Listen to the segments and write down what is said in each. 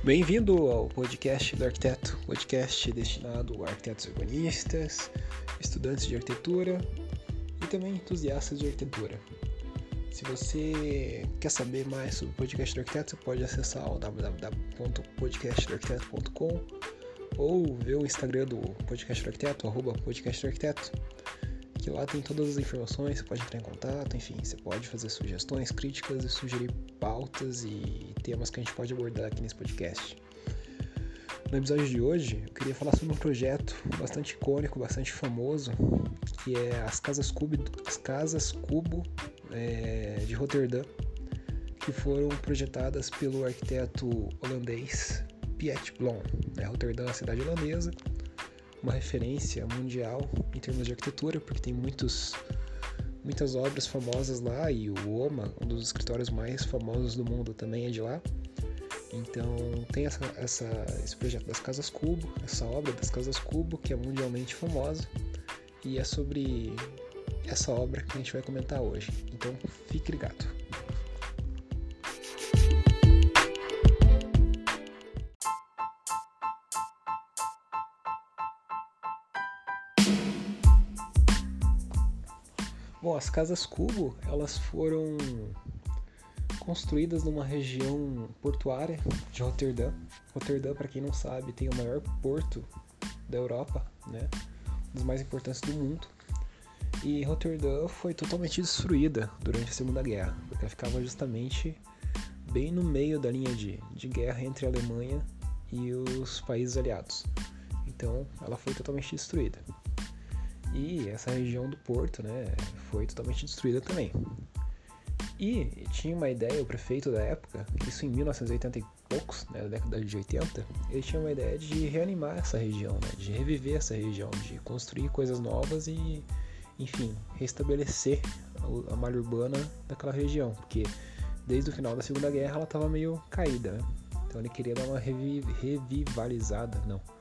Bem-vindo ao podcast do arquiteto, podcast destinado a arquitetos urbanistas, estudantes de arquitetura e também entusiastas de arquitetura. Se você quer saber mais sobre o podcast do arquiteto, você pode acessar o www.podcastdoarquiteto.com ou ver o Instagram do podcast do arquiteto, @podcastdoarquiteto, que lá tem todas as informações, você pode entrar em contato, enfim, você pode fazer sugestões, críticas e sugerir pautas e temas que a gente pode abordar aqui nesse podcast. No episódio de hoje, eu queria falar sobre um projeto bastante icônico, bastante famoso, que é as Casas Cubo de Roterdã, que foram projetadas pelo arquiteto holandês Piet Blom. Roterdã é uma cidade holandesa, uma referência mundial em termos de arquitetura, porque tem muitas obras famosas lá, e o OMA, um dos escritórios mais famosos do mundo, também é de lá. Então tem esse projeto das Casas Cubo, essa obra das Casas Cubo, que é mundialmente famosa, e é sobre essa obra que a gente vai comentar hoje. Então fique ligado. Bom, as Casas Cubo, elas foram construídas numa região portuária de Roterdã. Roterdã, para quem não sabe, tem o maior porto da Europa, né? Um dos mais importantes do mundo. E Roterdã foi totalmente destruída durante a Segunda Guerra, porque ela ficava justamente bem no meio da linha de guerra entre a Alemanha e os países aliados. Então, ela foi totalmente destruída. E essa região do porto, né, foi totalmente destruída também. E tinha uma ideia, o prefeito da época, isso em 1980 e poucos, né, na década de 80, ele tinha uma ideia de reanimar essa região, né, de reviver essa região, de construir coisas novas e, enfim, restabelecer a malha urbana daquela região, porque desde o final da Segunda Guerra ela estava meio caída, né? Então ele queria dar uma revitalizada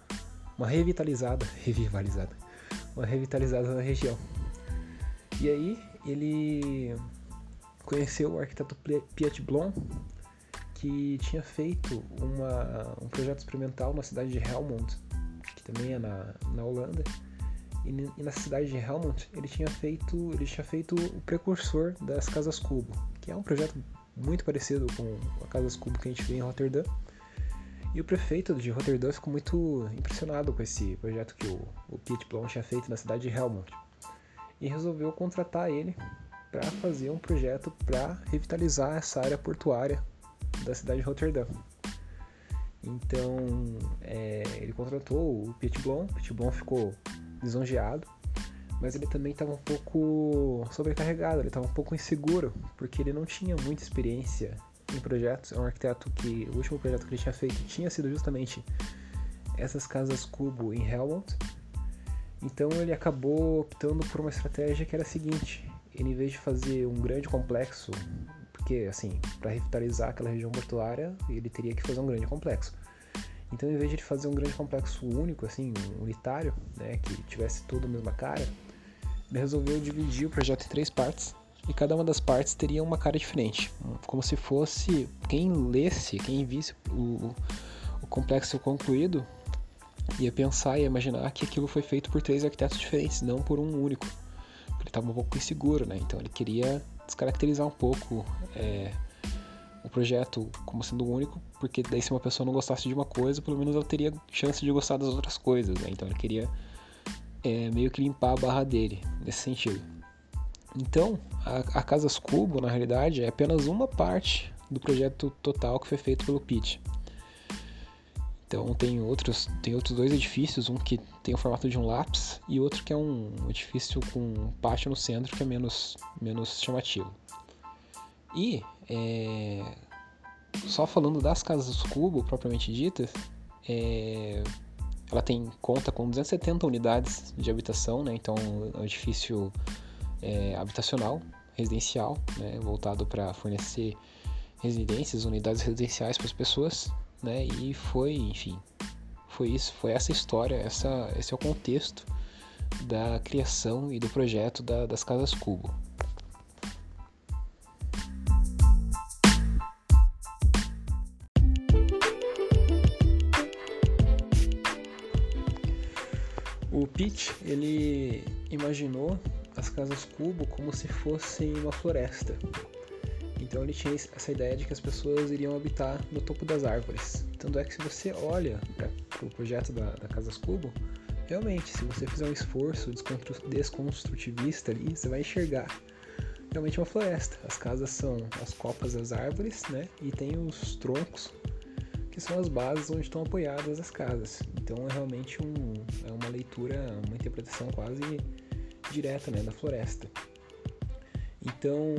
na região. E aí ele conheceu o arquiteto Piet Blom, que tinha feito um projeto experimental na cidade de Helmond, que também é na Holanda. E na cidade de Helmond ele tinha feito o precursor das Casas Cubo, que é um projeto muito parecido com a Casas Cubo que a gente vê em Roterdã. E o prefeito de Roterdã ficou muito impressionado com esse projeto que o Piet Blom tinha feito na cidade de Helmond e resolveu contratar ele para fazer um projeto para revitalizar essa área portuária da cidade de Roterdã. Então ele contratou o Piet Blom. O Piet Blom ficou lisonjeado, mas ele também estava um pouco sobrecarregado, ele estava um pouco inseguro, porque ele não tinha muita experiência em projetos. É um arquiteto que o último projeto que ele tinha feito tinha sido justamente essas Casas Cubo em Helmond. Então ele acabou optando por uma estratégia que era a seguinte: ele, em vez de fazer um grande complexo, porque assim, para revitalizar aquela região portuária ele teria que fazer um grande complexo. Então, em vez de ele fazer um grande complexo único, assim, unitário, né, que tivesse toda a mesma cara, ele resolveu dividir o projeto em 3 partes, e cada uma das partes teria uma cara diferente, como se fosse quem visse o complexo concluído ia pensar e imaginar que aquilo foi feito por 3 arquitetos diferentes, não por um único. Ele estava um pouco inseguro, né? Então ele queria descaracterizar um pouco o projeto como sendo único, porque daí se uma pessoa não gostasse de uma coisa, pelo menos ela teria chance de gostar das outras coisas, né? Então ele queria meio que limpar a barra dele nesse sentido. Então a Casas Cubo, na realidade, é apenas uma parte do projeto total que foi feito pelo Piet. Então tem outros 2 edifícios, um que tem o formato de um lápis e outro que é um edifício com um pátio no centro, que é menos chamativo. E só falando das Casas Cubo propriamente ditas, ela conta com 270 unidades de habitação, né? Então é um edifício habitacional, residencial, né? Voltado para fornecer unidades residenciais para as pessoas, né? E foi essa história, esse é o contexto da criação e do projeto das Casas Cubo. O Pitt, ele imaginou as casas cubo como se fossem uma floresta. Então ele tinha essa ideia de que as pessoas iriam habitar no topo das árvores. Tanto é que se você olha para o projeto da Casas Cubo, realmente, se você fizer um esforço desconstrutivista ali, você vai enxergar realmente uma floresta. As casas são as copas das árvores, né? E tem os troncos, que são as bases onde estão apoiadas as casas. Então é realmente uma leitura, uma interpretação quase direta, né, da floresta. Então,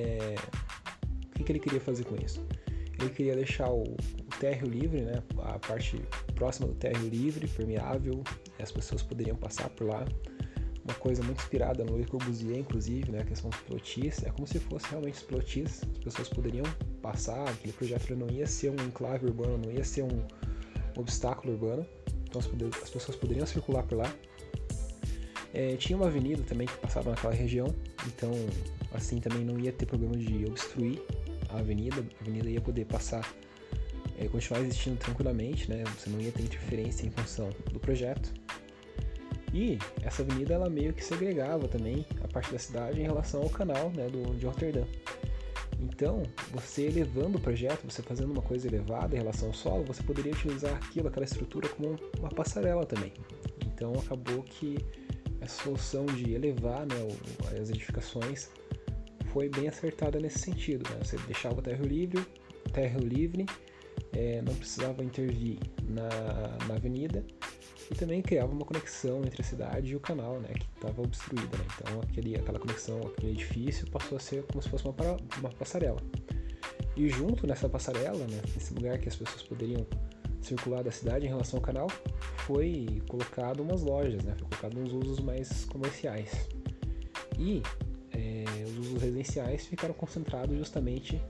o que ele queria fazer com isso? Ele queria deixar o térreo livre, né, a parte próxima do térreo livre, permeável, e as pessoas poderiam passar por lá. Uma coisa muito inspirada no Le Corbusier, inclusive, né, a questão dos pilotis. É como se fosse realmente os pilotis, as pessoas poderiam passar, aquele projeto não ia ser um enclave urbano, não ia ser um obstáculo urbano, então as pessoas poderiam circular por lá. Tinha uma avenida também que passava naquela região, então assim também não ia ter problema de obstruir a avenida ia poder passar, continuar existindo tranquilamente, né? Você não ia ter interferência em função do projeto. E essa avenida ela meio que segregava também a parte da cidade em relação ao canal, né, de Roterdã. Então, você elevando o projeto, você fazendo uma coisa elevada em relação ao solo, você poderia utilizar aquela estrutura como uma passarela também. Então acabou que essa solução de elevar, né, as edificações foi bem acertada nesse sentido, né? Você deixava o térreo livre, não precisava intervir na avenida, e também criava uma conexão entre a cidade e o canal, né, que estava obstruída, né? Então aquela conexão, aquele edifício passou a ser como se fosse uma passarela. E junto nessa passarela, né, nesse lugar que as pessoas poderiam circular da cidade em relação ao canal, foi colocado umas lojas, né? Foi colocado uns usos mais comerciais. E os usos residenciais ficaram concentrados justamente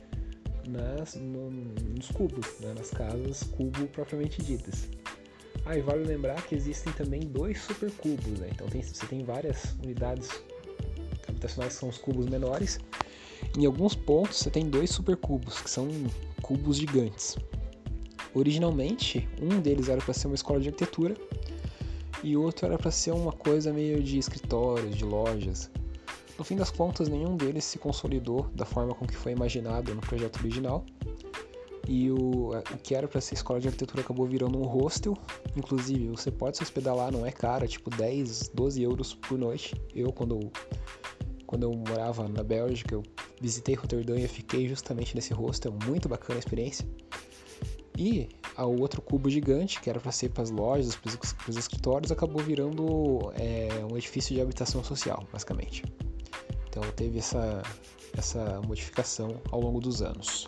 nos cubos, né? Nas casas cubo propriamente ditas. E vale lembrar que existem também 2 supercubos, né? Então você tem várias unidades habitacionais que são os cubos menores. Em alguns pontos você tem 2 supercubos, que são cubos gigantes. Originalmente, um deles era para ser uma escola de arquitetura e o outro era para ser uma coisa meio de escritórios, de lojas. No fim das contas, nenhum deles se consolidou da forma com que foi imaginado no projeto original. E o que era para ser escola de arquitetura acabou virando um hostel. Inclusive, você pode se hospedar lá, não é caro, é tipo 10, 12 euros por noite. Quando eu morava na Bélgica, eu visitei Roterdã e fiquei justamente nesse hostel, muito bacana a experiência. E o outro cubo gigante, que era para ser para as lojas, para os escritórios, acabou virando um edifício de habitação social, basicamente. Então teve essa modificação ao longo dos anos.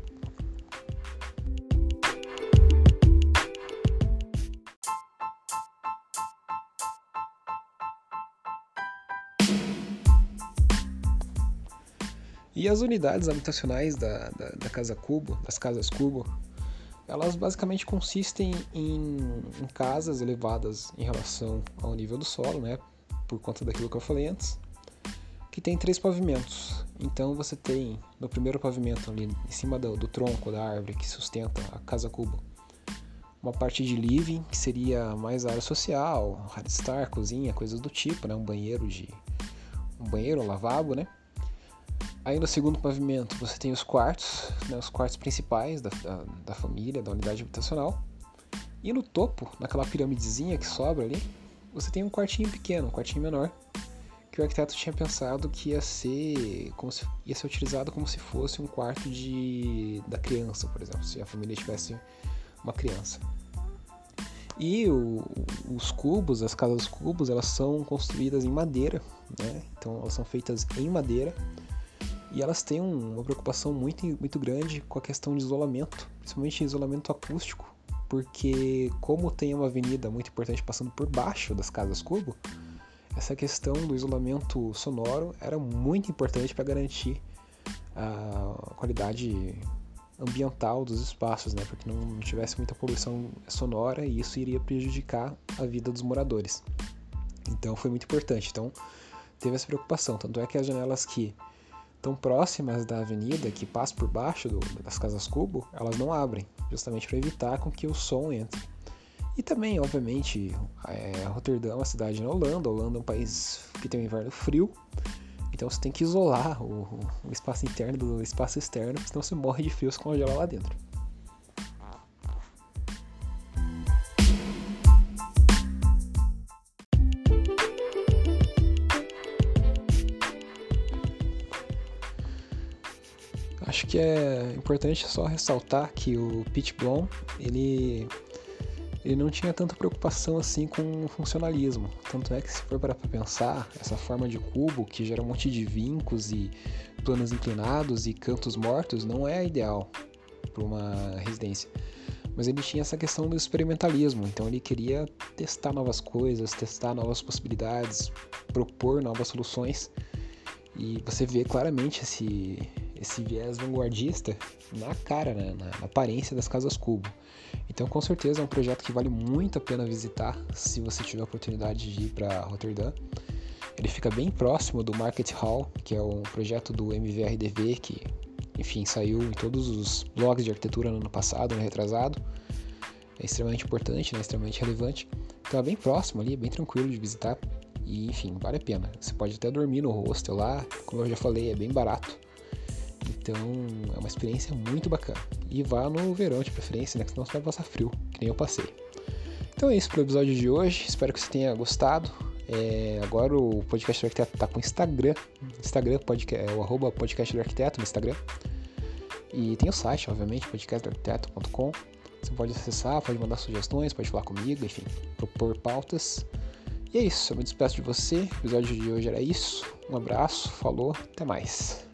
E as unidades habitacionais da Casa Cubo, das Casas Cubo, elas basicamente consistem em casas elevadas em relação ao nível do solo, né, por conta daquilo que eu falei antes, que tem 3 pavimentos. Então você tem no primeiro pavimento ali, em cima do tronco da árvore que sustenta a Casa Cubo, uma parte de living, que seria mais área social, área de estar, cozinha, coisas do tipo, né, um banheiro, um lavabo, né. Aí no segundo pavimento você tem os quartos, né, os quartos principais da família, da unidade habitacional. E no topo, naquela piramidezinha que sobra ali, você tem um quartinho pequeno, um quartinho menor, que o arquiteto tinha pensado que ia ser utilizado como se fosse um quarto da criança, por exemplo, se a família tivesse uma criança. E os cubos, as casas cubos, elas são construídas em madeira, né? Então elas são feitas em madeira. E elas têm uma preocupação muito, muito grande com a questão de isolamento, principalmente isolamento acústico, porque como tem uma avenida muito importante passando por baixo das casas cubo, essa questão do isolamento sonoro era muito importante para garantir a qualidade ambiental dos espaços, né, para que não tivesse muita poluição sonora e isso iria prejudicar a vida dos moradores. Então foi muito importante. Então teve essa preocupação, tanto é que as janelas que tão próximas da avenida, que passam por baixo das casas cubo, elas não abrem, justamente para evitar com que o som entre. E também, obviamente, Roterdã é uma cidade na Holanda. A Holanda é um país que tem um inverno frio. Então você tem que isolar o espaço interno do espaço externo, senão você morre de frio e se congela lá dentro. Acho que é importante só ressaltar que o Piet Blom, ele não tinha tanta preocupação assim com o funcionalismo. Tanto é que, se for para pensar, essa forma de cubo que gera um monte de vincos e planos inclinados e cantos mortos não é ideal para uma residência. Mas ele tinha essa questão do experimentalismo, então ele queria testar novas coisas, testar novas possibilidades, propor novas soluções. E você vê claramente esse viés vanguardista na cara, né, na aparência das casas cubo. Então, com certeza, é um projeto que vale muito a pena visitar se você tiver a oportunidade de ir para Roterdã. Ele fica bem próximo do Market Hall, que é um projeto do MVRDV, que, enfim, saiu em todos os blogs de arquitetura no ano passado, no retrasado. É extremamente importante, né, extremamente relevante. Então, é bem próximo ali, é bem tranquilo de visitar. E, enfim, vale a pena. Você pode até dormir no hostel lá, como eu já falei, é bem barato. Então, é uma experiência muito bacana. E vá no verão de preferência, né? Senão você vai passar frio, que nem eu passei. Então é isso pro episódio de hoje. Espero que você tenha gostado. Agora o Podcast do Arquiteto tá com Instagram. É o @podcast do arquiteto no Instagram. E tem o site, obviamente, podcastdoarquiteto.com. Você pode acessar, pode mandar sugestões, pode falar comigo, enfim, propor pautas. E é isso, eu me despeço de você. O episódio de hoje era isso. Um abraço, falou, até mais.